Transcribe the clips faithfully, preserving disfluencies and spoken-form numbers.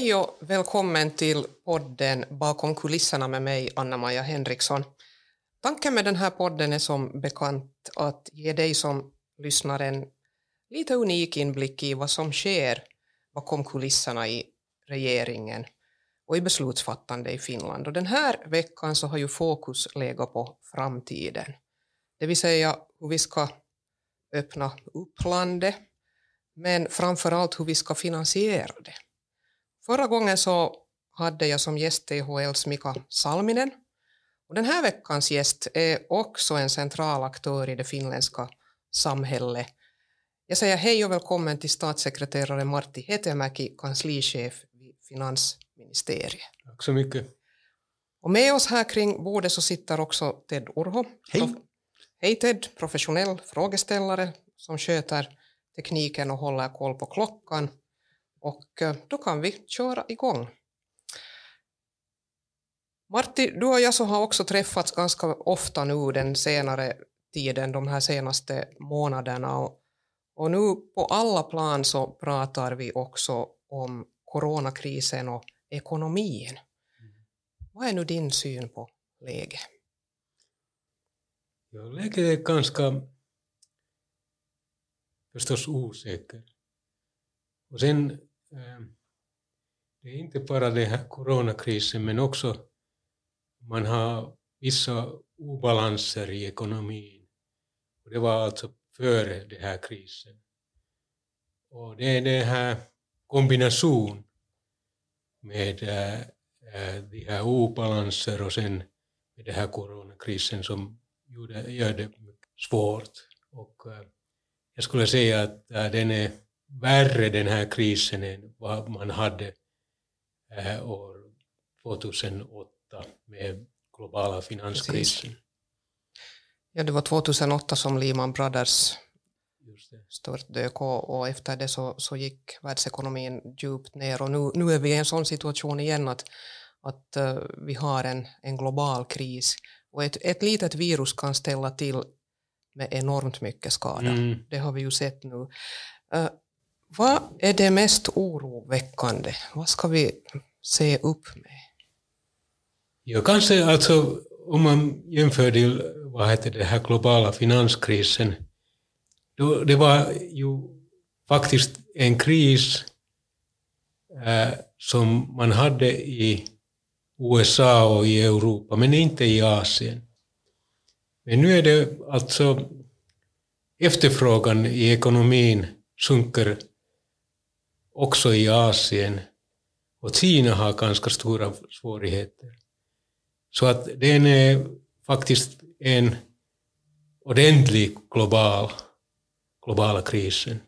Hej och välkommen till podden Bakom kulisserna med mig, Anna-Maja Henriksson. Tanken med den här podden är som bekant att ge dig som lyssnar en lite unik inblick i vad som sker bakom kulisserna i regeringen och i beslutsfattande i Finland. Och den här veckan så har ju fokus legat på framtiden. Det vill säga hur vi ska öppna upp landet, men framförallt hur vi ska finansiera det. Förra gången så hade jag som gäst T H L:s Mika Salminen. Och den här veckans gäst är också en central aktör i det finländska samhället. Jag säger hej och välkommen till statssekreterare Martti Hetemäki, kanslichef vid Finansministeriet. Tack så mycket. Och med oss här kring bordet så sitter också Ted Urho. Hej. Prof- hej Ted, professionell frågeställare som sköter tekniken och håller koll på klockan. Och då kan vi köra igång. Martti, du och jag så har också träffats ganska ofta nu den senare tiden, de här senaste månaderna. Och, och nu på alla plan så pratar vi också om coronakrisen och ekonomin. Mm. Vad är nu din syn på läget? Ja, läget är ganska förstås osäker. Och sen eh, det är inte bara den här coronakrisen, men också man har vissa obalanser i ekonomin. Och det var alltså före den här krisen. Och det är den här kombination med äh, de här obalanser och sen med den här coronakrisen som gjorde, gör det svårt. Och äh, jag skulle säga att äh, den är värre den här krisen än vad man hade äh, år tjugohundraåtta med globala finanskrisen. Precis. Ja, det var tjugohundraåtta som Lehman Brothers störtdök och, och efter det så, så gick världsekonomin djupt ner och nu, nu är vi i en sån situation igen att, att uh, vi har en, en global kris och ett, ett litet virus kan ställa till med enormt mycket skada. Mm. Det har vi ju sett nu. Uh, vad är det mest oroväckande? Vad ska vi se upp med? Ja, kanske alltså om man jämför till vad heter det här globala finanskrisen, då det var ju faktiskt en kris äh, som man hade i U S A och i Europa, men inte i Asien. Men nu är det alltså efterfrågan i ekonomin sjunker också i Asien och Kina har ganska stora svårigheter. Så att den är faktiskt en ordentlig global, globala krisen.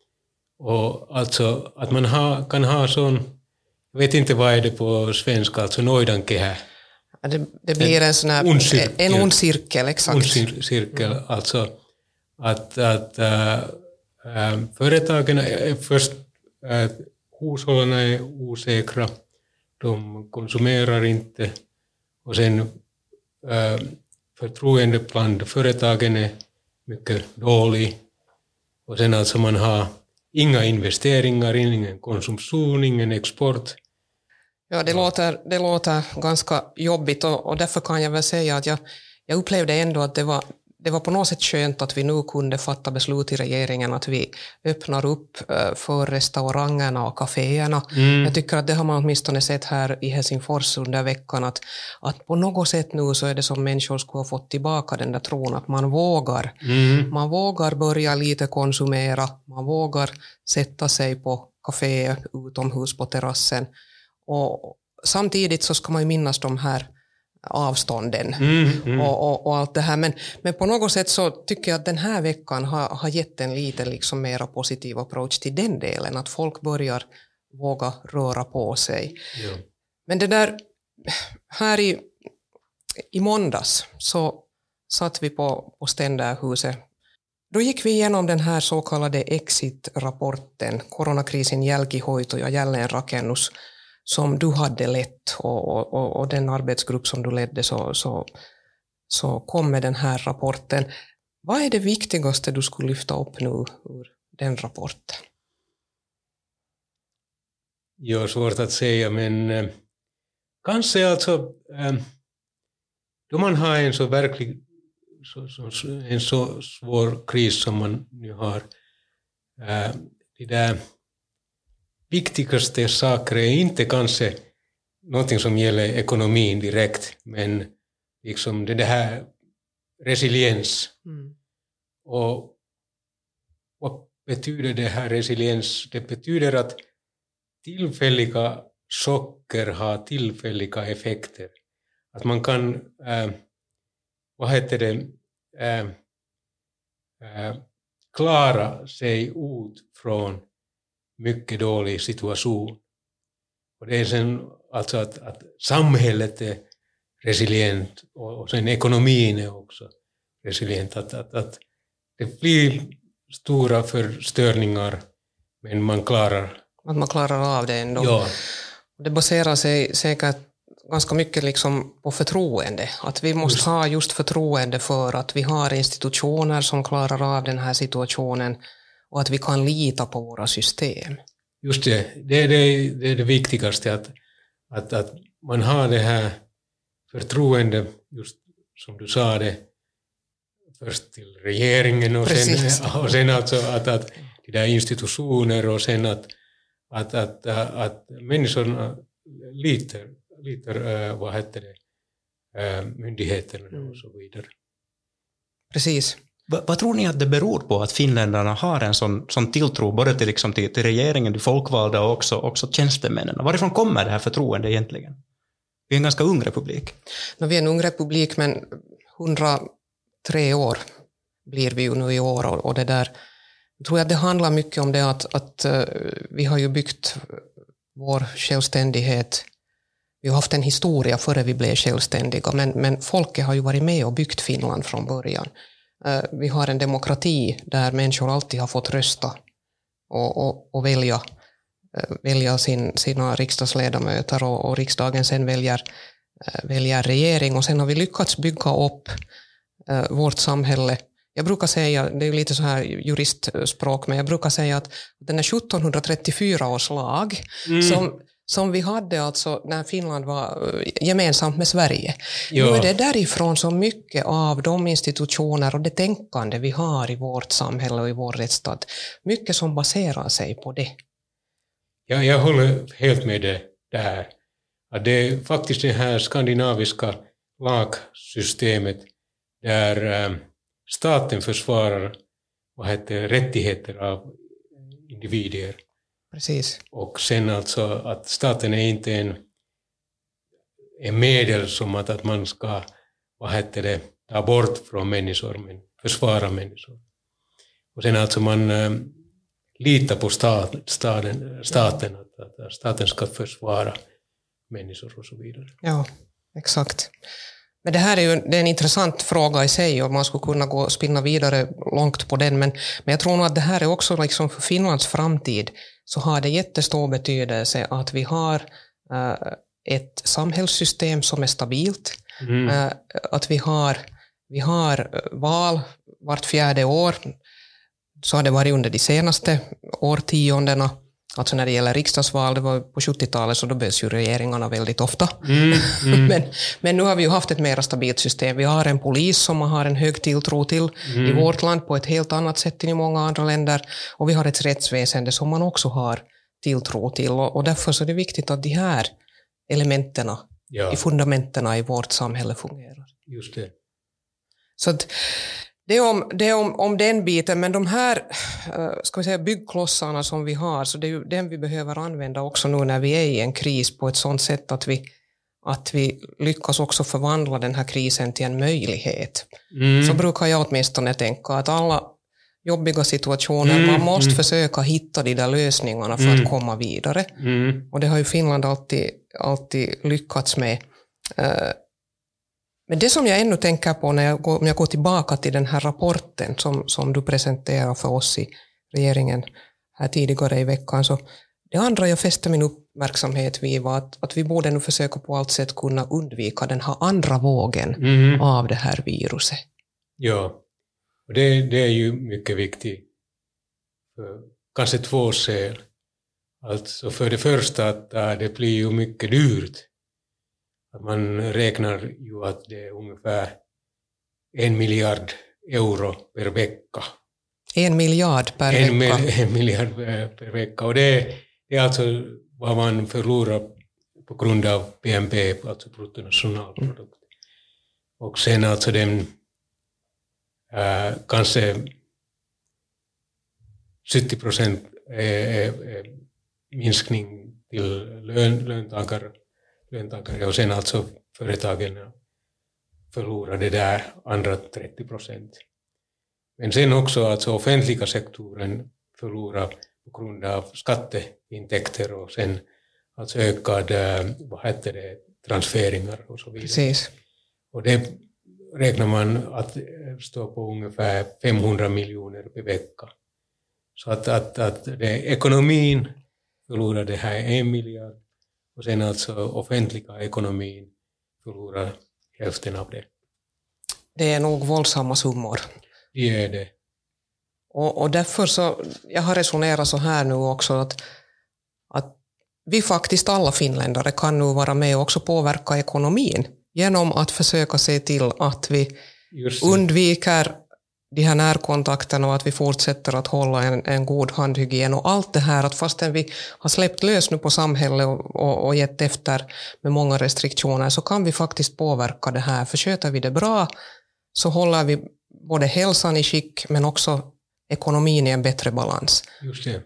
Och alltså att man ha, kan ha sån, jag vet inte vad är det på svenska, alltså noidankehä. Det, det blir en, en sån här, ond cirkel, en ond cirkel, exakt. Ond cirkel, mm. Alltså att, att äh, äh, företagen är först, äh, hushållen är osäkra, de konsumerar inte. Och sen äh, förtroende bland företagen är mycket dålig. Och sen alltså man har inga investeringar, ingen konsumtion, ingen export. Ja, det, ja. Låter, det låter ganska jobbigt och, och därför kan jag väl säga att jag, jag upplevde ändå att det var, det var på något sätt skönt att vi nu kunde fatta beslut i regeringen att vi öppnar upp för restaurangerna och kaféerna. Mm. Jag tycker att det har man åtminstone sett här i Helsingfors under veckan att, att på något sätt nu så är det som människor skulle ha fått tillbaka den där tron att man vågar. Mm. Man vågar börja lite konsumera, man vågar sätta sig på kafé utomhus på terrassen. Och samtidigt så ska man ju minnas de här avstånden mm, mm. Och, och, och allt det här. Men, men på något sätt så tycker jag att den här veckan har, har gett en lite liksom mera positiv approach till den delen. Att folk börjar våga röra på sig. Ja. Men det där, här i, i måndags så satt vi på, på Ständerhuset. Då gick vi igenom den här så kallade exit-rapporten, coronakrisen jälkihoito ja jälleenrakennus, som du hade lett och, och, och den arbetsgrupp som du ledde så, så, så kom med den här rapporten. Vad är det viktigaste du skulle lyfta upp nu ur den rapporten? Ja, svårt att säga, men eh, kanske alltså eh, då man har en så verklig så, så, en så svår kris som man nu har, eh, det där viktigaste saker är inte kanske någonting som gäller ekonomin direkt, men liksom det, det här resiliens. Mm. Och vad betyder det här resiliens? Det betyder att tillfälliga chocker har tillfälliga effekter. Att man kan, äh, vad heter det, äh, äh, klara sig ut från mycket dålig situation. Och det är sen alltså att, att samhället är resilient och, och sen ekonomin är också resilient. Att, att, att det blir stora förstörningar, men man klarar... Att man klarar av det ändå. Ja. Det baserar sig säkert ganska mycket liksom på förtroende. Att vi måste just. ha just förtroende för att vi har institutioner som klarar av den här situationen och att vi kan lita på våra system. Just det, det är det, det, är det viktigaste, att, att, att man har det här förtroende, just som du sa det, först till regeringen och sen, och sen alltså att, att de där institutioner och sen att, att, att, att, att människorna litar, litar vad heter det, myndigheterna och så vidare. Precis. Vad, vad tror ni att det beror på att finländarna har en sån, sån tilltro både till, liksom, till, till regeringen, till folkvalda och också, också tjänstemännen? Varifrån kommer det här förtroendet egentligen? Vi är en ganska ung republik. No, vi är en ung republik, men hundratre år blir vi ju nu i år. Och, och det där, jag tror att det handlar mycket om det att, att uh, vi har ju byggt vår självständighet. Vi har haft en historia före vi blev självständiga, men, men folket har ju varit med och byggt Finland från början. Uh, vi har en demokrati där människor alltid har fått rösta och, och, och välja, uh, välja sin, sina riksdagsledamöter och, och riksdagen sen väljer, uh, väljer regering, och sen har vi lyckats bygga upp uh, vårt samhälle. Jag brukar säga, det är lite så här juristspråk, men jag brukar säga att den är sjuttonhundratrettiofyra års lag mm. som, som vi hade alltså när Finland var gemensamt med Sverige. Ja. Nu är det därifrån så mycket av de institutioner och det tänkande vi har i vårt samhälle och i vår rättsstat, mycket som baserar sig på det. Ja, jag håller helt med det där. Att det är faktiskt det här skandinaviska lagsystemet där staten försvarar vad heter, rättigheter av individer. Precis. Och sen alltså att staten är inte en, en medel som att, att man ska vad heter det, ta bort från människor, men försvara människor. Och sen alltså man äh, litar på stat, staten, staten att, att staten ska försvara människor och så vidare. Ja, exakt. Men det här är ju det är en intressant fråga i sig och man skulle kunna gå och spinna vidare långt på den. Men, men jag tror nog att det här är också liksom för Finlands framtid så har det jättestor betydelse att vi har äh, ett samhällssystem som är stabilt. Mm. Äh, att vi har, vi har val vart fjärde år. Så har det varit under de senaste årtiondena. Alltså när det gäller riksdagsval, det var på sjuttiotalet så då behövs ju regeringarna väldigt ofta. Mm, mm. men, men nu har vi ju haft ett mer stabilt system. Vi har en polis som man har en hög tilltro till mm. i vårt land på ett helt annat sätt än i många andra länder. Och vi har ett rättsväsende som man också har tilltro till. Och, och därför så är det viktigt att de här elementerna, ja. i fundamenterna i vårt samhälle fungerar. Just det. Så att Det är, om, det är om, om den biten, men de här ska vi säga, byggklossarna som vi har, så det är ju den vi behöver använda också nu när vi är i en kris på ett sådant sätt att vi, att vi lyckas också förvandla den här krisen till en möjlighet. Mm. Så brukar jag åtminstone tänka att alla jobbiga situationer, mm. man måste mm. försöka hitta de där lösningarna för mm. att komma vidare. Mm. Och det har ju Finland alltid, alltid lyckats med. Men det som jag ännu tänker på när jag går, om jag går tillbaka till den här rapporten som, som du presenterar för oss i regeringen här tidigare i veckan, så det andra jag fäste min uppmärksamhet vid var att, att vi borde nu försöka på allt sätt kunna undvika den här andra vågen mm. av det här viruset. Ja, och det, det är ju mycket viktigt. För kanske två skäl. Alltså för det första att äh, det blir ju mycket dyrt. Att man räknar ju att det är ungefär en miljard euro per vecka. En miljard per en vecka? Mil, en miljard per vecka. Och det, det är alltså vad man förlorar på grund av B N P, alltså bruttonationalprodukt. Mm. Och sen alltså den äh, kanske sjuttio procent är, är, är minskning till lön, löntagare, löntagare och sen alltså företagen förlorar det där andra trettio procent. Men sen också alltså offentliga sektorn förlorar på grund av skatteintäkter och sen alltså ökad, vad heter det, transferingar och så vidare. Precis. Och det räknar man att stå på ungefär femhundra miljoner per vecka. Så att, att, att det, ekonomin förlorar det här en miljard och sen alltså offentliga ekonomin förlorar hälften av det. Det är nog våldsamma summor. Det är det. Och, och därför så, jag har resonerat så här nu också att, att vi faktiskt alla finländare kan nu vara med och också påverka ekonomin genom att försöka se till att vi undviker de här närkontakterna och att vi fortsätter att hålla en, en god handhygien och allt det här att fastän vi har släppt lös nu på samhället och, och, och gett efter med många restriktioner så kan vi faktiskt påverka det här. För sköter vi det bra så håller vi både hälsan i skick men också ekonomin i en bättre balans. Just det.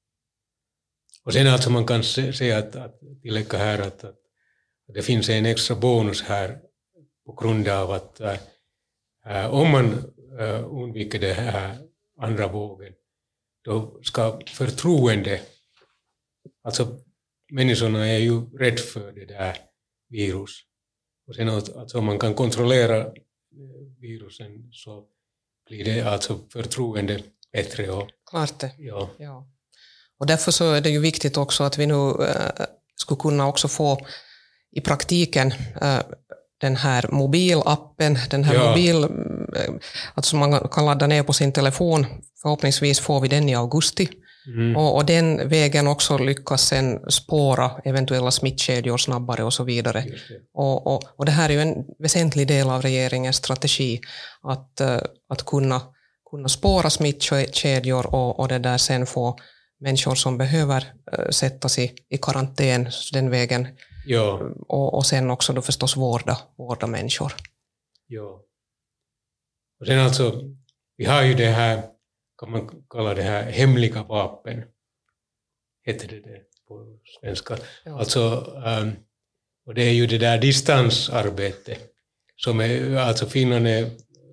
Och sen alltså man kan säga att, att tillägga här att, att det finns en extra bonus här på grund av att äh, om man äh, undviker det här andra vågen då ska förtroende, alltså människorna är ju rädda för det där virus och sen alltså om man kan kontrollera virusen så blir det alltså förtroende bättre. Och, Klart det. Ja. Ja. Och därför så är det ju viktigt också att vi nu äh, skulle kunna också få i praktiken äh, den här mobilappen, den här ja. mobil, äh, alltså man kan ladda ner på sin telefon. Förhoppningsvis får vi den i augusti. Mm. Och, och den vägen också lyckas sen spåra eventuella smittkedjor snabbare och så vidare. Det. Och, och, och det här är ju en väsentlig del av regeringens strategi att, uh, att kunna, kunna spåra smittkedjor och, och det där sen få människor som behöver uh, sättas i, i karantän den vägen. Ja. Och, och sen också då förstås vårda, vårda människor. Ja. Och sen alltså, vi har ju det här, kan man kalla det här hemliga vapen, heter det det på svenska. Ja. Alltså, um, och det är ju det där distansarbete som är, alltså Finland är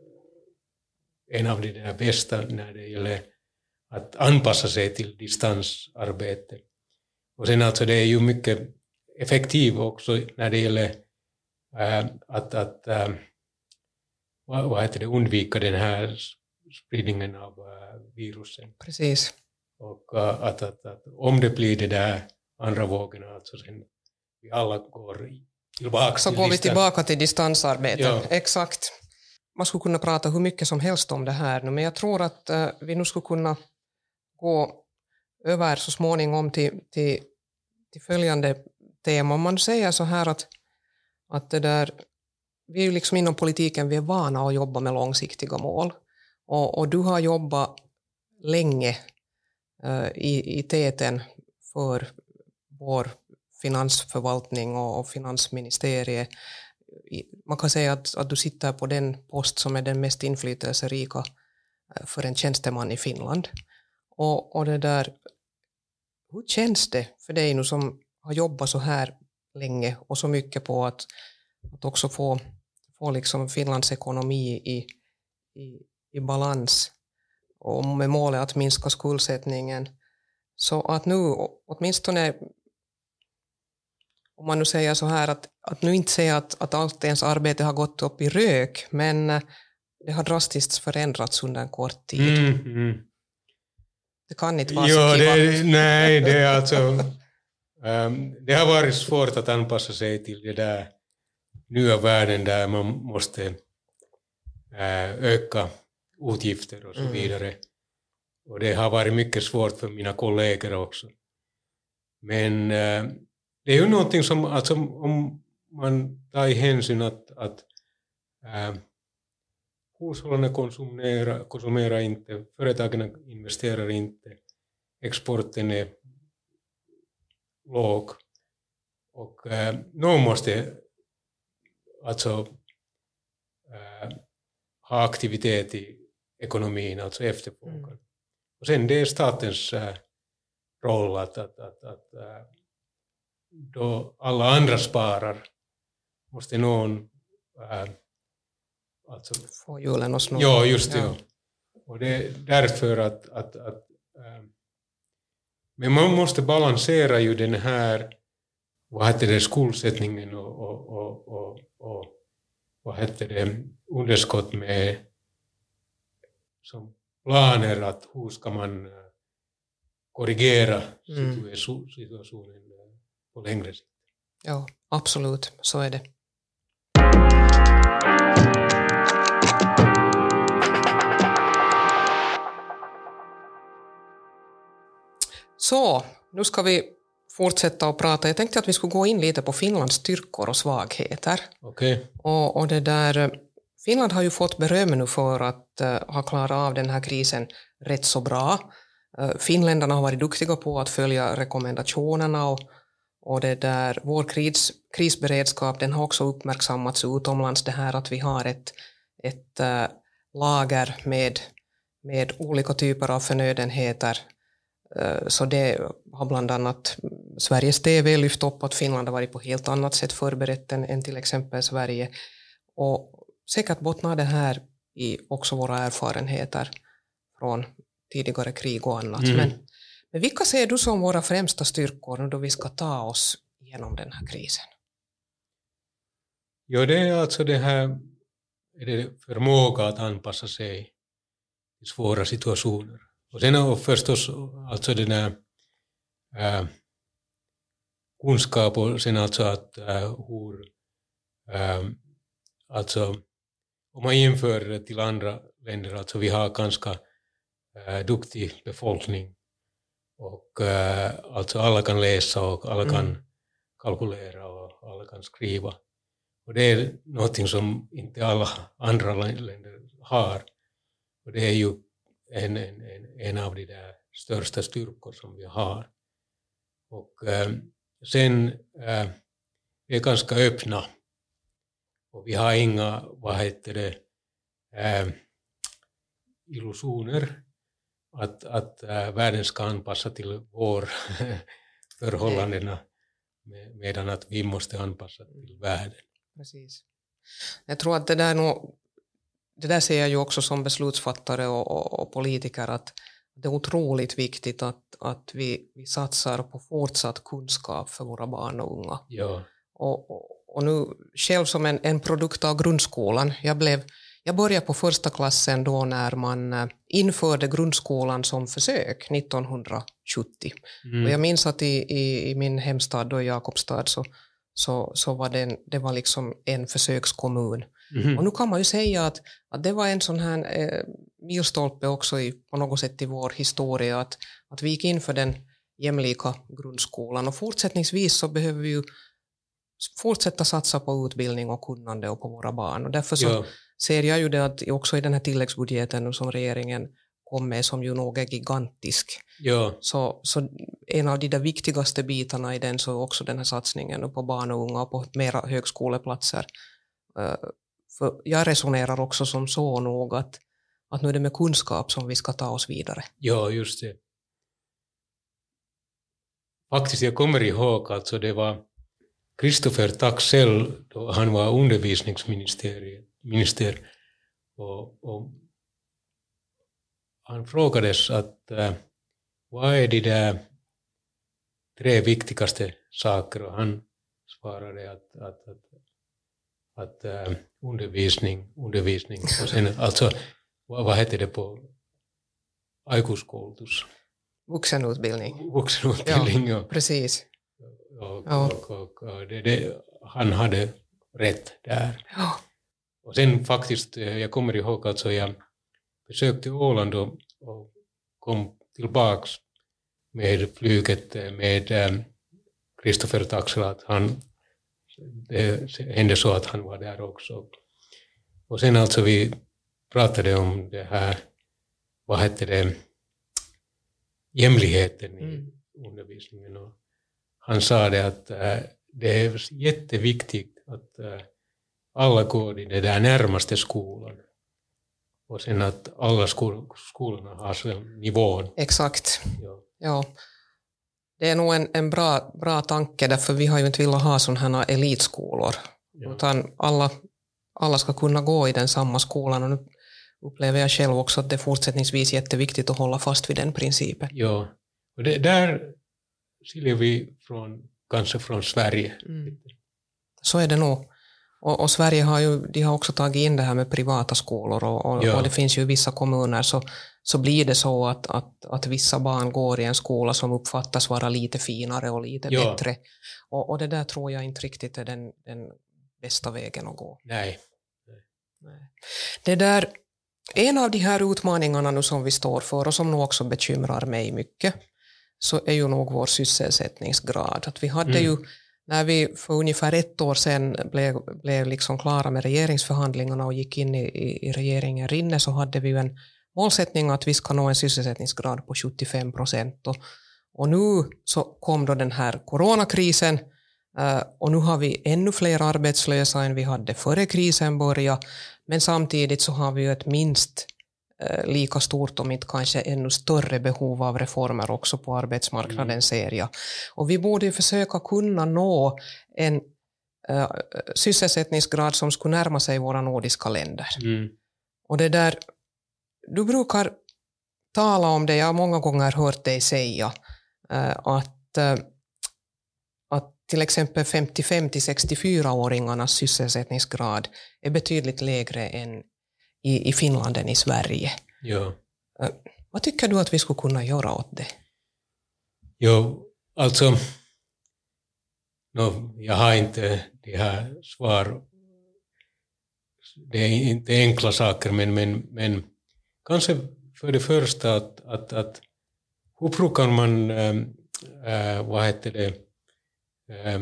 en av de där bästa när det gäller att anpassa sig till distansarbete. Och sen alltså det är ju mycket effektivt också när det gäller äh, att, att äh, vad, vad heter det, undvika den här spridningen av äh, virusen. Precis. Och äh, att, att, att om det blir det där andra vågen, alltså sen vi alla går tillbaka så till går vi distans. tillbaka till distansarbete. Ja. Exakt. Man skulle kunna prata hur mycket som helst om det här nu, men jag tror att äh, vi nu skulle kunna gå över så småningom till, till, till följande tema. Man säger så här att, att det där, vi är ju liksom inom politiken, vi är vana att jobba med långsiktiga mål. Och, och du har jobbat länge uh, i, i täten för vår finansförvaltning och, och finansministeriet. Man kan säga att, att du sitter på den post som är den mest inflytelserika uh, för en tjänsteman i Finland. Och, och det där, hur känns det för dig nu som har jobbat så här länge och så mycket på att, att också få, få liksom Finlands ekonomi i, i, i balans och med målet att minska skuldsättningen. Så att nu åtminstone, om man nu säger så här, att, att nu inte säga att, att allt ens arbete har gått upp i rök, men det har drastiskt förändrats under en kort tid. Mm, mm. Det kan inte vara jo, så det, nej, det är alltså um, det har varit svårt att anpassa sig till det där nya världen där man måste uh, öka utgifter och så mm. vidare. Och det har varit mycket svårt för mina kollegor också. Men äh, det är ju någonting som, alltså, om man tar i hänsyn att, att äh, hushållen konsumerar, konsumerar inte, företagen investerar inte, exporten är låg och äh, någon måste alltså äh, ha aktivitet i ekonomin, alltså efterfrågan. Mm. Och sen det är statens äh, roll att, att, att, att äh, då alla andra sparar måste någon äh, alltså, få hjulen och snurra. Ja, just det. Ja. Ja. Och det är därför att, att, att äh, men man måste balansera ju den här vad heter det, skuldsättningen och, och, och, och, och vad heter det, underskott med som planer att hur ska man korrigera mm. situationen på längre sikt. Ja, absolut, så är det. Så, nu ska vi fortsätta att prata. Jag tänkte att vi skulle gå in lite på Finlands styrkor och svagheter. Okay. Och, och det där, Finland har ju fått beröm nu för att uh, ha klarat av den här krisen rätt så bra. Uh, finländarna har varit duktiga på att följa rekommendationerna och, och det där, vår kris, krisberedskap den har också uppmärksammats utomlands. Det här att vi har ett, ett uh, lager med, med olika typer av förnödenheter. Så det har bland annat Sveriges T V lyft upp att Finland har varit på helt annat sätt förberett än, än till exempel Sverige. Och säkert bottnar det här i också våra erfarenheter från tidigare krig och annat. Mm. Men, men vilka ser du som våra främsta styrkor då vi ska ta oss igenom den här krisen? Ja, det är alltså det här är det förmåga att anpassa sig i svåra situationer. Och sen har förstås alltså den här äh, kunskap och sen alltså att äh, hur äh, alltså om man jämför det till andra länder, alltså vi har ganska äh, duktig befolkning och äh, alltså alla kan läsa och alla kan mm. kalkylera och alla kan skriva. Och det är någonting som inte alla andra länder har. Och det är ju En, en, en av de där största styrkor som vi har. Och äh, sen äh, vi är ganska öppna. Och vi har inga, vad heter det, äh, illusioner att, att äh, världen ska anpassa till vår förhållandena med, medan att vi måste anpassa till världen. Precis. Jag tror att det där nog Det där ser jag ju också som beslutsfattare och, och, och politiker att det är otroligt viktigt att, att vi, vi satsar på fortsatt kunskap för våra barn och unga. Ja. Och, och, och nu själv som en, en produkt av grundskolan, jag, blev, jag började på första klassen då när man införde grundskolan som försök nittonhundrasjuttio. Mm. Och jag minns att i, i, i min hemstad då i Jakobstad så, så, så var det, en, det var liksom en försökskommun. Mm. Och nu kan man ju säga att, att det var en sån här eh, milstolpe också i, på något sätt i vår historia att, att vi gick in för den jämlika grundskolan och fortsättningsvis så behöver vi ju fortsätta satsa på utbildning och kunnande och på våra barn och därför så ja. ser jag ju det att också i den här tilläggsbudgeten som regeringen kom med som ju nog är gigantisk ja. så, så en av de där viktigaste bitarna i den så är också den här satsningen på barn och unga och på mera högskoleplatser. Uh, För jag resonerar också som så nog att, att nu är det med kunskap som vi ska ta oss vidare. Ja, just det. Faktiskt, jag kommer ihåg alltså det var Christopher Taxell, då han var undervisningsminister och, och han frågades att äh, vad är de där tre viktigaste saker och han svarade att, att, att att äh, undervisning, undervisning och sen alltså vad, vad heter det på aikuskoulutus? Vuxenutbildning. Vuxenutbildning, ja. Precis. Och, ja. och, och, och det, det, han hade rätt där. Ja. Och sen faktiskt, jag kommer ihåg alltså jag besökte Åland och, och kom tillbaks med flyget med äh, Kristoffer Taxela, att han, det hände så att han var där också. Och sen alltså vi pratade om det här, vad hette det, jämlikheten i mm. undervisningen. Och han sa det att äh, det är jätteviktigt att äh, alla går i det där närmaste skolan. Och sen att alla skol- skolorna har sen nivån. Exakt. Ja. Ja. Det är nog en, en bra, bra tanke, därför vi har ju inte velat ha sådana här elitskolor. Ja. Utan alla, alla ska kunna gå i den samma skolan. Och nu upplever jag själv också att det är fortsättningsvis jätteviktigt att hålla fast vid den principen. Ja, och det, där skiljer vi från, kanske från Sverige. Mm. Så är det nog. Och, och Sverige har ju de har också tagit in det här med privata skolor och, och, ja. och det finns ju i vissa kommuner så, så blir det så att, att, att vissa barn går i en skola som uppfattas vara lite finare och lite ja. bättre. Och, och det där tror jag inte riktigt är den, den bästa vägen att gå. Nej. Nej. Det där, en av de här utmaningarna nu som vi står för och som nog också bekymrar mig mycket så är ju nog vår sysselsättningsgrad. Att vi hade mm. ju när vi för ungefär ett år sedan blev, blev liksom klara med regeringsförhandlingarna och gick in i, i, i regeringen Rinne så hade vi ju en målsättning att vi ska nå en sysselsättningsgrad på sjuttiofem procent. Och, och nu så kom då den här coronakrisen uh, och nu har vi ännu fler arbetslösa än vi hade före krisen började. Men samtidigt så har vi ju ett minst uh, lika stort om inte kanske ännu större behov av reformer också på arbetsmarknaden mm. ser jag. Och vi borde ju försöka kunna nå en uh, sysselsättningsgrad som skulle närma sig våra nordiska länder. Mm. Och det där, du brukar tala om det, jag har många gånger hört dig säga uh, att, uh, att till exempel femtiofem till sextiofyra-åringarnas sysselsättningsgrad är betydligt lägre än i, i Finland än i Sverige. Ja. Uh, vad tycker du att vi skulle kunna göra åt det? Jo, alltså no, jag har inte det här svar. Det är inte enkla saker, men, men, men kanske för det första att, att, att hur brukar man äh, vad heter det äh,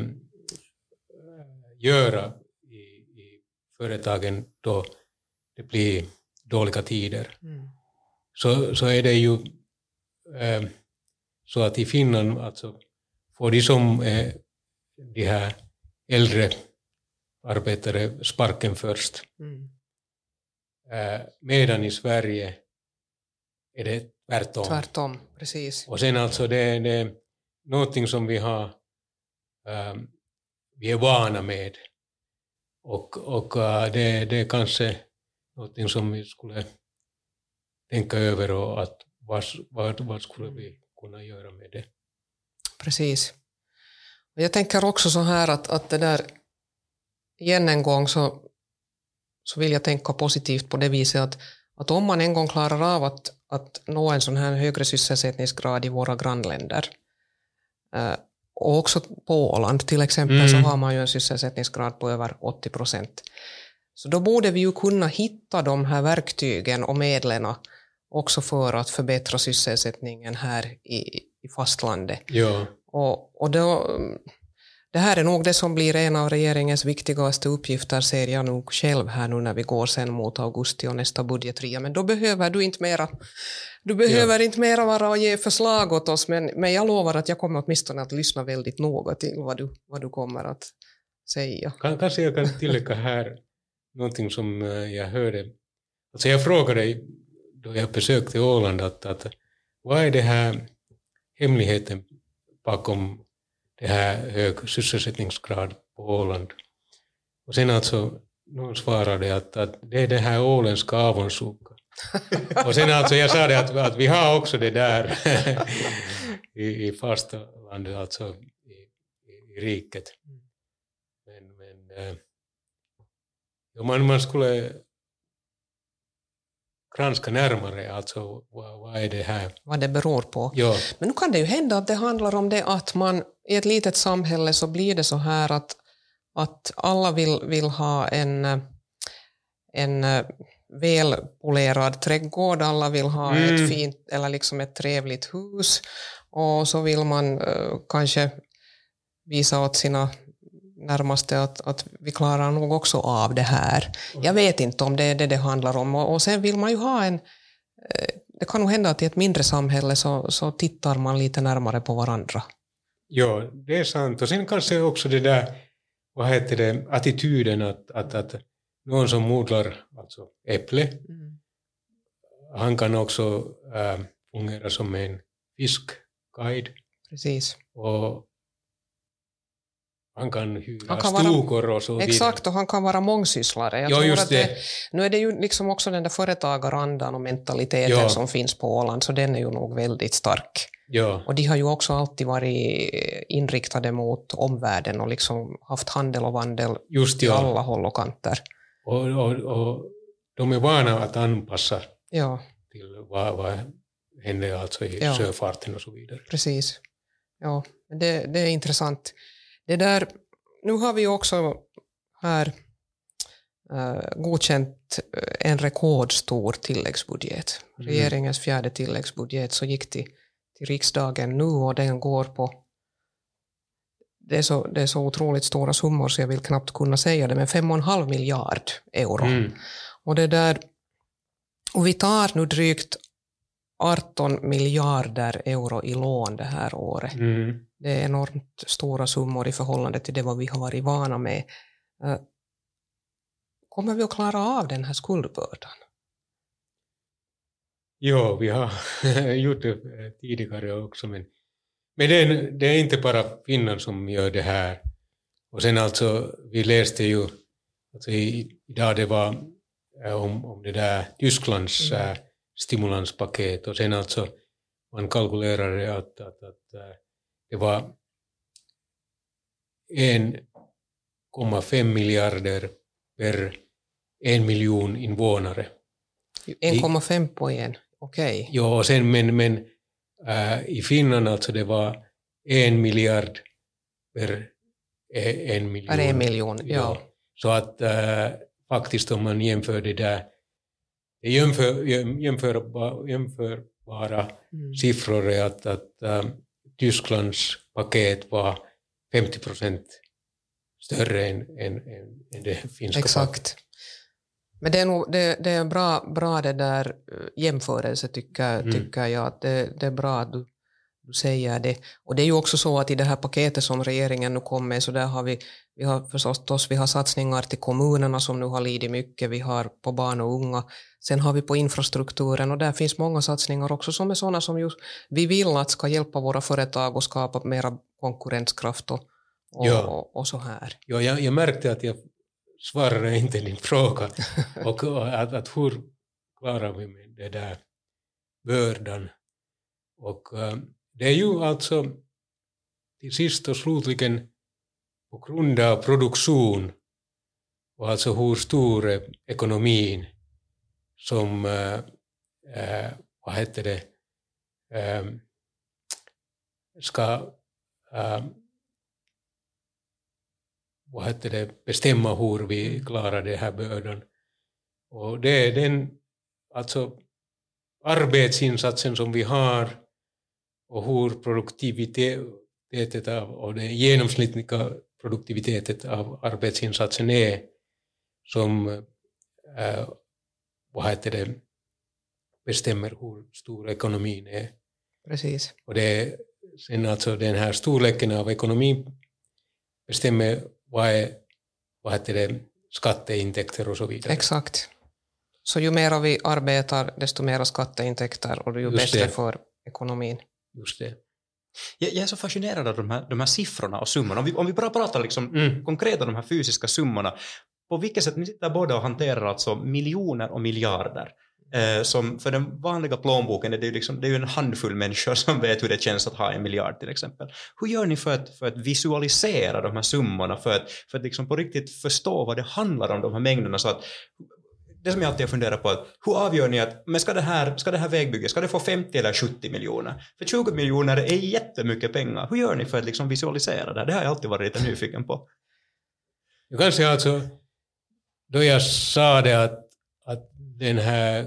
göra i, i företagen då det blir dåliga tider. Mm. Så, så är det ju äh, så att i Finland alltså, får de som är de här äldre arbetare sparken först. Mm. Äh, medan i Sverige är det tvärtom. Tvärtom, precis. Och sen alltså det, det är någonting som vi har äh, vi är vana med. Och, och äh, det, det är kanske någonting som vi skulle tänka över och att vad, vad, vad skulle vi kunna göra med det. Precis. Och jag tänker också så här att, att det där igen en gång så, så vill jag tänka positivt på det viset att, att om man en gång klarar av att, att nå en sån här högre sysselsättningsgrad i våra grannländer eh, och också på Åland till exempel mm. så har man ju en sysselsättningsgrad på över åttio procent. Så då borde vi ju kunna hitta de här verktygen och medlen också för att förbättra sysselsättningen här i, i fastlandet. Ja. Och, och då, det här är nog det som blir en av regeringens viktigaste uppgifter, ser jag nog själv här nu när vi går sen mot augusti och nästa budgetria. Men då behöver du inte mera, du behöver ja. inte mera vara och ge förslag åt oss, men, men jag lovar att jag kommer åtminstone att lyssna väldigt noga till vad du, vad du kommer att säga. Kan, kanske jag kan tillägga här någonting som jag hörde. Alltså jag frågade dig då jag besökte Åland att, att vad är det här hemligheten bakom det här hög sysselsättningsgrad på Åland. Och sen alltså någon svarade att, att det är det här åländska avundsjuka. Och sen alltså jag sa det att, att vi har också det där i, i fasta landet, alltså i, i, i riket. Men, men äh, man, man skulle granska närmare, alltså vad, vad är det här? Vad det beror på. Ja. Men nu kan det ju hända att det handlar om det att man i ett litet samhälle så blir det så här att, att alla vill, vill ha en, en välpolerad trädgård, alla vill ha mm. ett fint eller liksom ett trevligt hus och så vill man uh, kanske visa åt sina närmaste att, att vi klarar nog också av det här. Jag vet inte om det är det det handlar om. Och, och sen vill man ju ha en... Det kan nog hända att i ett mindre samhälle så, så tittar man lite närmare på varandra. Ja, det är sant. Och sen kanske också det där, vad heter det, attityden att, att, att någon som odlar alltså äpple, mm. han kan också äh, fungera som en fiskguide. Precis. Och han kan hyra han kan stugor vara, och så vidare. Exakt, och han kan vara mångsysslare. Jag ja, tror just att det. det. Nu är det ju liksom också den där företagarandan och mentaliteten ja. som finns på Åland, så den är ju nog väldigt stark. Ja. Och de har ju också alltid varit inriktade mot omvärlden och liksom haft handel och vandel just, i ja. alla håll och kanter. Och, och, och de är vana att anpassa ja. till vad, vad händer alltså i ja. sjöfarten och så vidare. Precis. Ja, det, det är intressant. Det där, nu har vi också här uh, godkänt en rekordstor tilläggsbudget. Mm. Regeringens fjärde tilläggsbudget så gick till, till riksdagen nu och den går på, det är, så, det är så otroligt stora summor så jag vill knappt kunna säga det, men fem och en halv miljard euro. Mm. Och det där, och vi tar nu drygt arton miljarder euro i lån det här året. Mm. Det är enormt stora summor i förhållande till det vad vi har varit vana med. Kommer vi att klara av den här skuldbördan? Ja, vi har gjort det tidigare också. Men, men det, är, det är inte bara Finland som gör det här. Och sen alltså, vi läste ju alltså idag det var om, om det där Tysklands mm. äh, stimulanspaket. Och sen alltså man kalkylerade att, att, att äh, det var en komma fem miljarder per en miljon invånare. en komma fem på en, okej. Okay. Ja, och sen, men, men äh, i Finland alltså det var en miljard per en miljon. Per en miljon, ja. ja. Så att äh, faktiskt om man jämför det där, det jämför, jämförba, jämförbara mm. siffror är att, att äh, Tysklands paket var femtio procent större än, än, än det finska. Exakt. Paket. Men det är, nog, det, det är bra, bra det där jämförelse tycker, mm. tycker jag. Att det, det är bra att du, du säger det. Och det är ju också så att i det här paketet som regeringen nu kom med så där har vi, vi har förstås vi har satsningar till kommunerna som nu har lidit mycket. Vi har på barn och unga. Sen har vi på infrastrukturen och där finns många satsningar också som är sådana som just vi vill att ska hjälpa våra företag och skapa mera konkurrenskraft och, och, ja. och, och så här. Ja, jag, jag märkte att jag svarar inte din fråga. Och att, att hur klarar vi med det där bördan? Och uh, det är ju alltså till sist och slutligen på grund av produktion och alltså hur stor är ekonomin som uh, uh, vad heter det uh, ska uh, vad heter det, bestämma hur vi klarar det här bördan. Och det är den alltså arbetsinsatsen som vi har och hur produktiviteten av, och den genomsnittliga produktiviteten av arbetsinsatsen är som äh, vad heter det, bestämmer hur stor ekonomin är. Precis. Och det är sen alltså den här storleken av ekonomin bestämmer vad är, vad heter det, skatteintäkter och så vidare. Exakt. Så ju mer vi arbetar, desto mer skatteintäkter och ju Just bättre det. för ekonomin. Just det. Jag, jag är så fascinerad av de här, de här siffrorna och summorna. Om vi, om vi bara pratar liksom Mm. konkret om de här fysiska summorna. På vilket sätt ni sitter båda och hanterar alltså miljoner och miljarder. Eh, som för den vanliga plånboken är det, ju liksom, det är ju en handfull människor som vet hur det känns att ha en miljard till exempel. Hur gör ni för att, för att visualisera de här summorna, för att, för att liksom på riktigt förstå vad det handlar om, de här mängderna? Så att, det som jag alltid funderar på, att hur avgör ni att men ska, det här, ska det här vägbygget, ska det få femtio eller sjuttio miljoner? För tjugo miljoner är jättemycket pengar. Hur gör ni för att liksom visualisera det? Det har jag alltid varit lite nyfiken på. Jag kanske alltså, då jag sa det att, att den här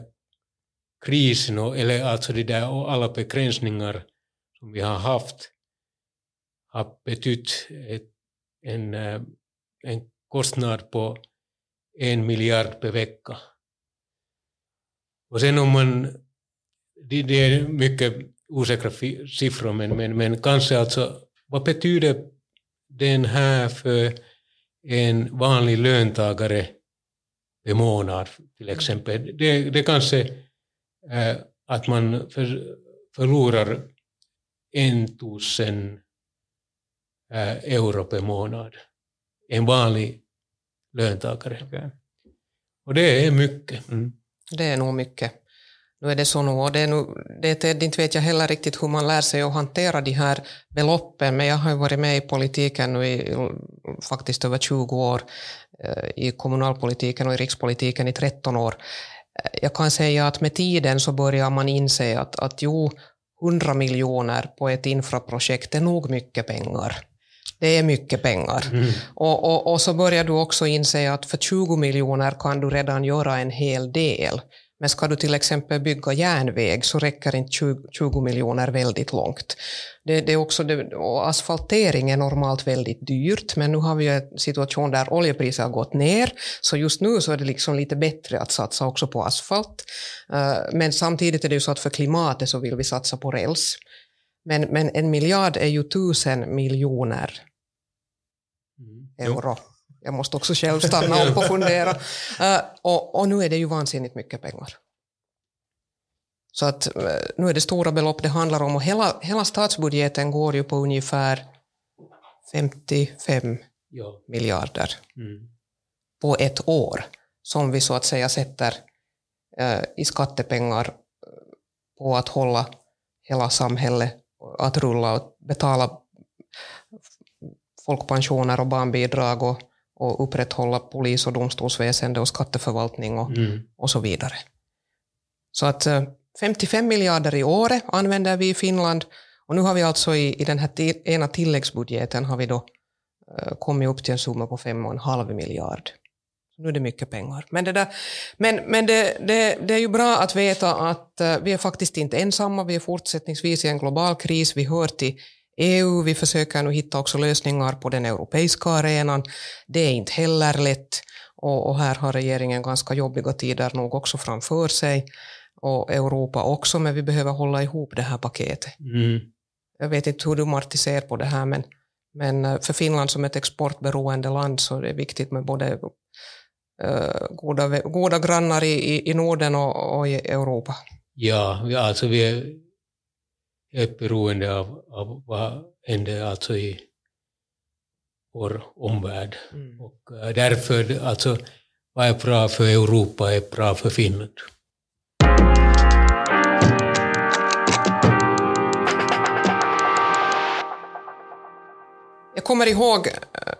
krisen, och, eller alltså det där, och alla begränsningar som vi har haft har betytt ett, en, en kostnad på en miljard per vecka. Och sen om man, det, det är mycket osäkra siffror, men, men, men kanske alltså, vad betyder den här för en vanlig löntagare per månad till exempel? Det, det kanske eh, att man för, förlorar en tusen eh, euro per månad. En vanlig löntagare. Okay. Och det är mycket. Mm. Det är nog mycket. Nu är det så nog, och det är nu, det är, inte vet jag heller riktigt hur man lär sig att hantera de här beloppen, men jag har ju varit med i politiken nu i faktiskt över tjugo år, i kommunalpolitiken och i rikspolitiken i tretton år. Jag kan säga att med tiden så börjar man inse att, att jo, hundra miljoner på ett infraprojekt är nog mycket pengar. Det är mycket pengar. Mm. Och, och, och så börjar du också inse att för tjugo miljoner kan du redan göra en hel del. Men ska du till exempel bygga järnväg så räcker inte tjugo miljoner väldigt långt. Det, det är också det, och asfaltering är normalt väldigt dyrt, men nu har vi en situation där oljepriset har gått ner, så just nu så är det liksom lite bättre att satsa också på asfalt. Men samtidigt är det ju så att för klimatet så vill vi satsa på räls. Men, men en miljard är ju tusen miljoner mm. euro. Jo. Jag måste också själv stanna upp och fundera. Uh, och, och nu är det ju vansinnigt mycket pengar. Så att uh, nu är det stora belopp det handlar om. Och hela, hela statsbudgeten går ju på ungefär femtiofem ja. miljarder mm. på ett år. Som vi så att säga sätter uh, i skattepengar på att hålla hela samhället att rulla och betala folkpensioner och barnbidrag och och upprätthålla polis- och domstolsväsende och skatteförvaltning och, mm. och så vidare. Så att femtiofem miljarder i året använder vi i Finland, och nu har vi alltså i, i den här t- ena tilläggsbudgeten har vi då uh, kommit upp till en summa på fem och en halv miljard. Nu är det mycket pengar. Men, det, där, men, men det, det, det är ju bra att veta att uh, vi är faktiskt inte ensamma, vi är fortsättningsvis i en global kris, vi hör till E U, vi försöker nu hitta också lösningar på den europeiska arenan. Det är inte heller lätt, och, och här har regeringen ganska jobbiga tider nog också framför sig, och Europa också, men vi behöver hålla ihop det här paketet. Mm. Jag vet inte hur du, Martti, ser på det här, men, men för Finland som ett exportberoende land så är det viktigt med både uh, goda, goda grannar i, i Norden och, och i Europa. Ja, alltså vi är är beroende av, av vad händer alltså i vår omvärld. Mm. Och därför, alltså, vad är bra för Europa är bra för Finland. Jag kommer ihåg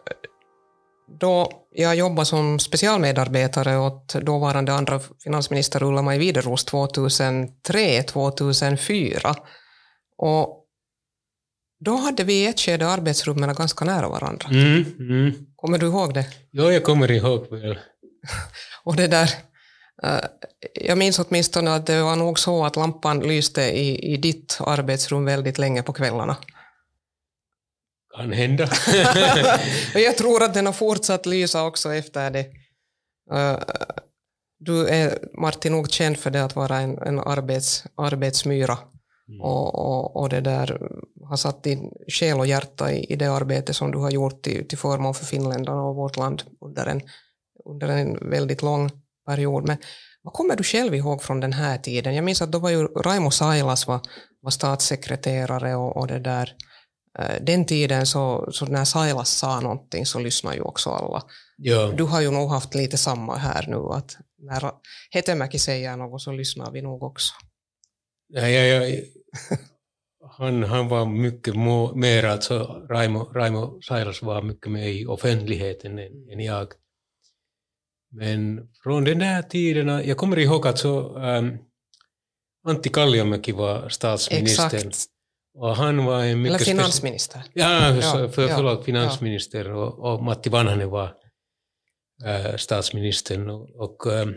då jag jobbade som specialmedarbetare åt dåvarande andra finansminister Ulla-Maj Wideros tjugohundratre tjugohundrafyra. Och då hade vi ett skede arbetsrummen ganska nära varandra. Mm, mm. Kommer du ihåg det? Ja, jag kommer ihåg väl. Och det där, uh, jag minns åtminstone att det var nog så att lampan lyste i, i ditt arbetsrum väldigt länge på kvällarna. Kan hända. Jag tror att den har fortsatt lysa också efter det. Uh, du är, Martin, nog känd för det att vara en, en arbets, arbetsmyra. Mm. Och, och, och det där har satt din själ och hjärta i, i det arbete som du har gjort till, till förmån för finländarna och vårt land under en, under en väldigt lång period. Men vad kommer du själv ihåg från den här tiden? Jag minns att då var ju Raimo Sailas var, var statssekreterare och, och det där. Den tiden så, så när Sailas sa någonting så lyssnar ju också alla. Ja. Du har ju nog haft lite samma här nu, att när Hetemäki säger något så lyssnar vi nog också. Ja, ja, ja. Han, han var mycket må, mer, alltså Raimo, Raimo Sailas var mycket mer i offentligheten än, än jag. Men från den där tiden, jag kommer ihåg att så, um, Antti Kalliomäki var statsminister. Exakt. Och han var en mycket... Eller finansminister. Speci- ja, ja, för, förlåt, finansminister. Ja. Och, och Matti Vanhanen var äh, statsministern. Och, och äh,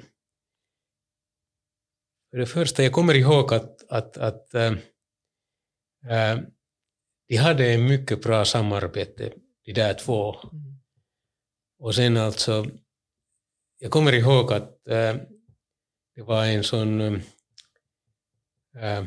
för det första, jag kommer ihåg att, att, att äh, de hade en mycket bra samarbete, de där två. Mm. Och sen alltså, jag kommer ihåg att äh, det var en sån äh,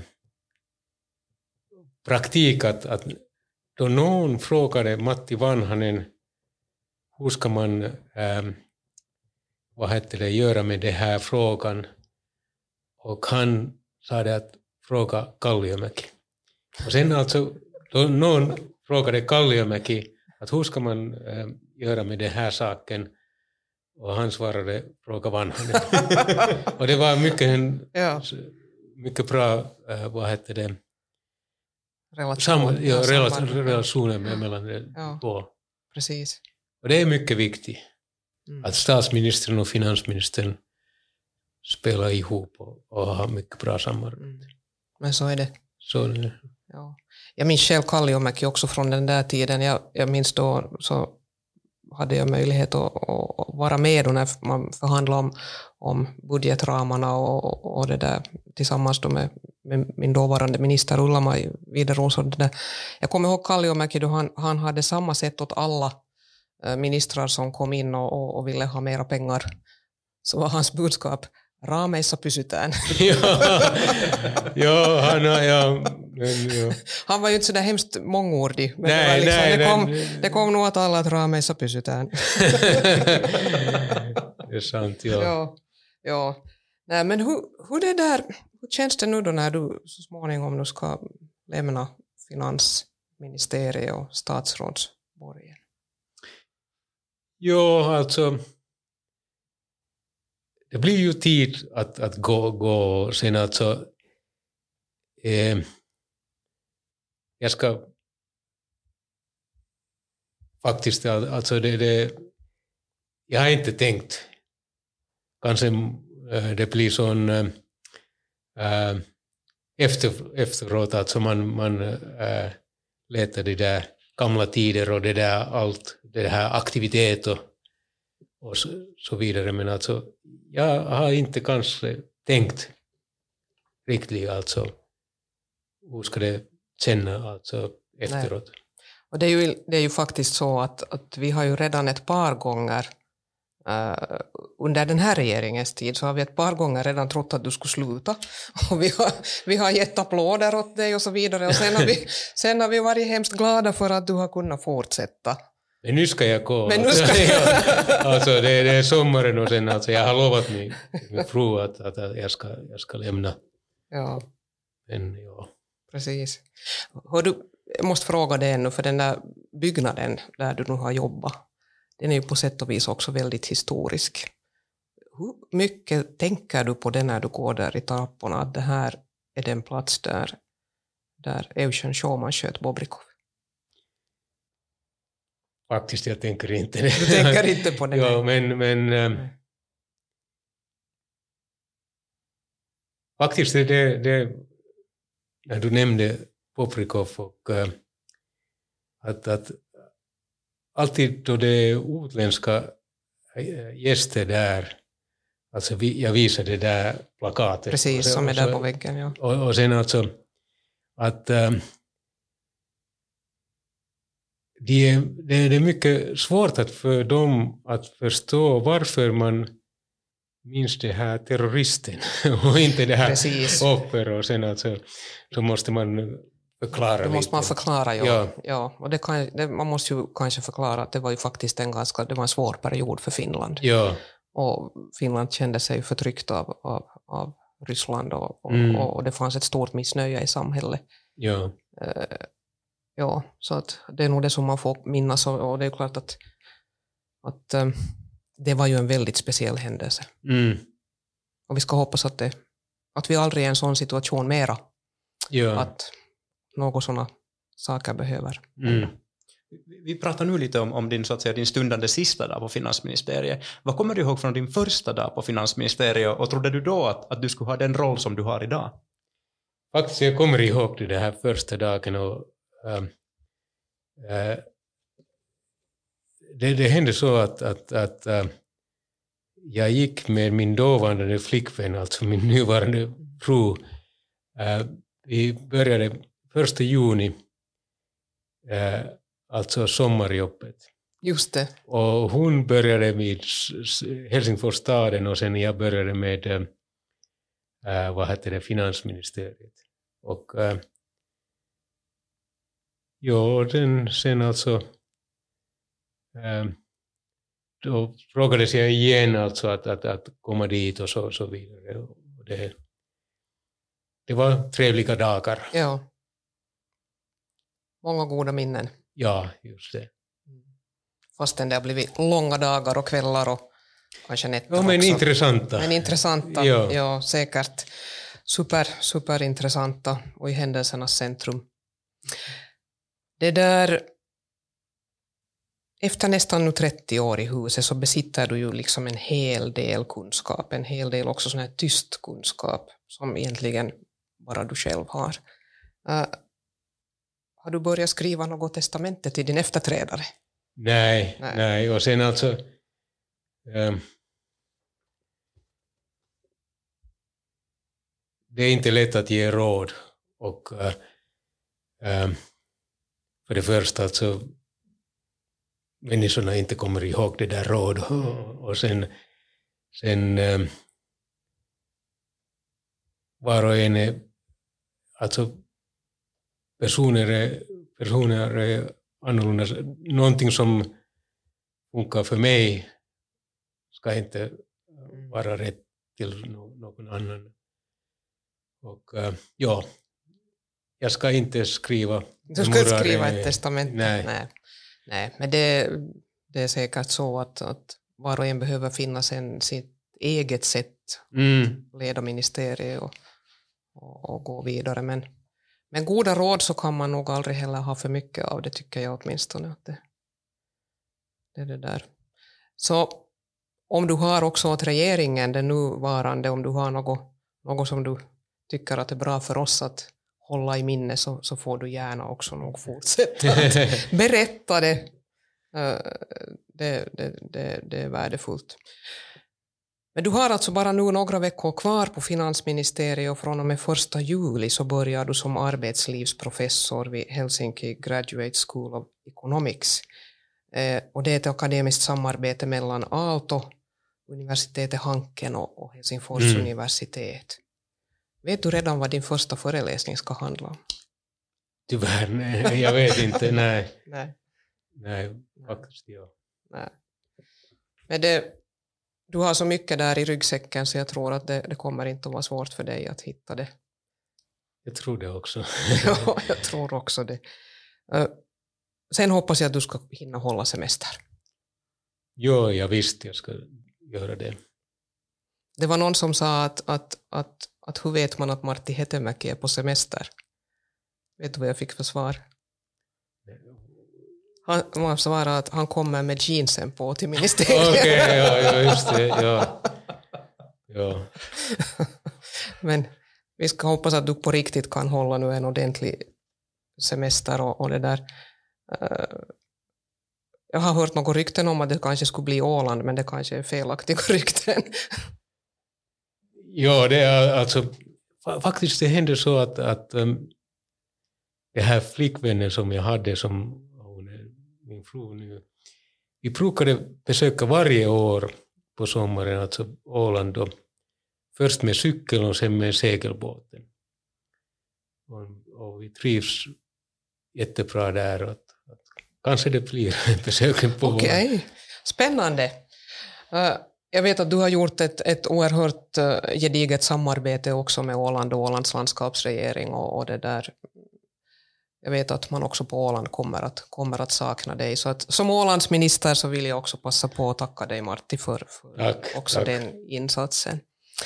praktik att, att då någon frågade Matti Vanhanen hur ska man äh, vad heter det, göra med den här frågan, och han sa det att fråga Kalliomäki. Och sen alltså då någon frågade Kalliomäki att hur ska man äh, göra med den här saken, och han svarade fråga Vanhanen. Och det var mycket, en, ja. mycket bra äh, vad heter det, relation, Sam, ja, relation, relationen ja. mellan de ja. två. Precis. Och det är mycket viktigt mm. att statsministern och finansministern spelar ihop och, och har mycket bra samarbete. Mm. Men så är det. Så är det. Ja. Jag minns själv Kalliomäki också från den där tiden. Jag, jag minns då så hade jag möjlighet att, att vara med då när man förhandlade om, om budgetramarna och, och det där tillsammans då med, med min dåvarande minister Ulla-Maj Wideros. Jag kommer ihåg Kalliomäki då han, han hade samma sätt åt alla ministrar som kom in och, och, och ville ha mera pengar. Så var hans budskap: raameissa pysytään. ja, ja, han, ja, men, ja. Han var ju inte så där hemskt mångordig. Men nej, det, var liksom, nej, det, kom, nej, det kom nog att alla att raameissa pysytään. Det är sant, ja. ja, ja. Nej, men hur, hur, det där, hur känns det nu då när du så småningom nu ska lämna finansministeriet och statsrådsborgen? Ja, alltså det blir ju tid att, att gå, gå sen alltså eh, jag ska faktiskt alltså det, det jag har inte tänkt kanske äh, det blir sån äh, efter, efteråt alltså man, man äh, letar de där gamla tider och det där allt det här aktivitet och, och så, så vidare, men alltså jag har inte kanske tänkt riktigt alltså hur ska det känna alltså efteråt. Nej. Och det är ju, det är ju faktiskt så att, att vi har ju redan ett par gånger uh, under den här regeringens tid så har vi ett par gånger redan trott att du skulle sluta, och vi har, vi har gett applåder åt dig och så vidare, och sen har vi, sen har vi varit hemskt glada för att du har kunnat fortsätta. Men nu ska jag gå. Men nu ska jag... alltså det, det är sommaren och sen alltså jag har lovat min, min fru att, att jag, ska, jag ska lämna. Ja. Men, ja. Precis. Hör du, jag måste fråga dig ännu, för den där byggnaden där du nu har jobbat, den är ju på sätt och vis också väldigt historisk. Hur mycket tänker du på det när du går där i trapporna, att det här är den plats där, där Eugen Schumann sköt Bobrikov? Faktiskt, jag tänker inte det. Du tänker inte på det? Ja, men, men ähm, faktiskt det, det, det när du nämnde Bobrikov och äh, att, att alltid då det är utländska gäster där, alltså vi, jag visade det där plakatet. Precis, så, som är så, där på väggen, ja. Och, och sen alltså att ähm, Det är, det är mycket svårt att för dem att förstå varför man minns det här terroristen och inte det här Precis. offer, och sen alltså, så måste man förklara. Det måste lite. man förklara, ja. ja. ja. Och det kan, det, man måste ju kanske förklara att det var ju faktiskt en ganska det var en svår period för Finland. Ja. Och Finland kände sig förtryckt av, av, av Ryssland och, och, mm. och det fanns ett stort missnöje i samhället. Ja. Uh, Ja, så att det är nog det som man får minnas, och det är klart att, att um, det var ju en väldigt speciell händelse. Mm. Och vi ska hoppas att, det, att vi aldrig är i en sån situation mera. Ja. Att något sådana saker behöver. Mm. Vi pratar nu lite om, om din, så att säga, din stundande sista dag på finansministeriet. Vad kommer du ihåg från din första dag på finansministeriet, och trodde du då att, att du skulle ha den roll som du har idag? Faktiskt, jag kommer ihåg det här första dagen och Uh, uh, det, det hände så att, att, att uh, jag gick med min dåvarande flickvän, alltså min nuvarande fru. Uh, vi började första juni eh, alltså sommarjobbet. Just det. Och hon började vid Helsingforsstaden och sen jag började med äh, vad heter det, finansministeriet. Och äh, ja, den, sen alltså äh, då frågades jag igen alltså att, att, att komma dit och så, så vidare. Och det, det var trevliga dagar. Ja. Många goda minnen. Ja, just det. Fastän det har blivit långa dagar och kvällar och kanske nätter ja, men också. Intressanta. Men intressanta. Ja. Ja, säkert. Super, super intressanta och i händelsernas centrum. Det där, efter nästan nu trettio år i huset så besitter du ju liksom en hel del kunskap. En hel del också sån här tyst kunskap som egentligen bara du själv har. Uh, har du börjat skriva något testamente till din efterträdare? Nej, nej, nej. Och sen alltså ähm, det är inte lätt att ge råd och äh, äh, för det första alltså människorna inte kommer ihåg det där råd och, och sen, sen äh, var och en är, alltså personer är, personer är annorlunda. Någonting som funkar för mig ska inte vara rätt till någon annan. Och uh, ja, jag ska inte skriva. Du ska inte skriva ett testament. Nej. Nej. Nej, men det, det är säkert så att, att var och en behöver finna sen sitt eget sätt mm. att leda ministeriet och, och, och gå vidare. Men Men goda råd så kan man nog aldrig heller ha för mycket av det, tycker jag åtminstone. Att det, det är det där. Så om du har också åt regeringen, det nuvarande, om du har något, något som du tycker att är bra för oss att hålla i minne så, så får du gärna också nog fortsätta att berätta det. Det, det, det. det är värdefullt. Men du har alltså bara nu några veckor kvar på finansministeriet och från och med första juli så börjar du som arbetslivsprofessor vid Helsinki Graduate School of Economics. Eh, och det är ett akademiskt samarbete mellan Aalto, universitetet Hanken och, och Helsingfors mm. universitet. Vet du redan vad din första föreläsning ska handla om? Tyvärr, nej, jag vet inte, nej. nej. Nej, faktiskt ja. Nej. Men det... Du har så mycket där i ryggsäcken så jag tror att det, det kommer inte att vara svårt för dig att hitta det. Jag tror det också. Ja, jag tror också det. Uh, sen hoppas jag att du ska hinna hålla semester. Jo, jag visste jag ska göra det. Det var någon som sa att, att, att, att hur vet man att Martti Hetemäki är på semester? Vet du vad jag fick för svar? Han, man svarade att han kommer med jeansen på till ministeriet. Okej, okay, ja, ja, just det. Ja. Ja. Men vi ska hoppas att du på riktigt kan hålla nu en ordentlig semester och, och det där. Uh, jag har hört något rykten om att det kanske skulle bli Åland, men det kanske är felaktiga rykten. Ja, det är alltså faktiskt det hände så att, att um, det här flickvännen som jag hade som min fru nu. Vi brukade besöka varje år på sommaren, alltså Åland då. Först med cykeln och sen med segelbåten. Och, och vi trivs jättebra där. Att, att kanske det blir besöken på Okej, okay. Spännande. Uh, jag vet att du har gjort ett, ett oerhört uh, gediget samarbete också med Åland och Ålands landskapsregering och, och det där. Jag vet att man också på Åland kommer att, kommer att sakna dig. Så att, som Ålands minister så vill jag också passa på att tacka dig, Martti, för, för tack, också tack. den insatsen.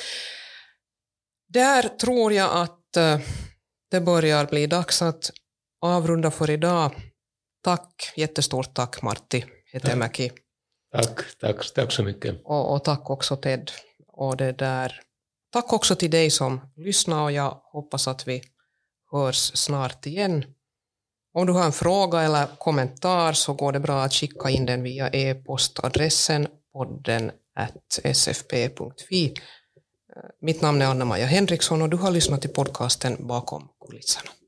Där tror jag att uh, det börjar bli dags att avrunda för idag. Tack, jättestort tack Martti Hetemäki. Tack, tack, tack så mycket. Och, och tack också Ted. Och det där. Tack också till dig som lyssnar och jag hoppas att vi hörs snart igen. Om du har en fråga eller kommentar så går det bra att skicka in den via e-postadressen podden at s f p punkt f i. Mitt namn är Anna-Maja Henriksson och du har lyssnat till podcasten Bakom kulisserna.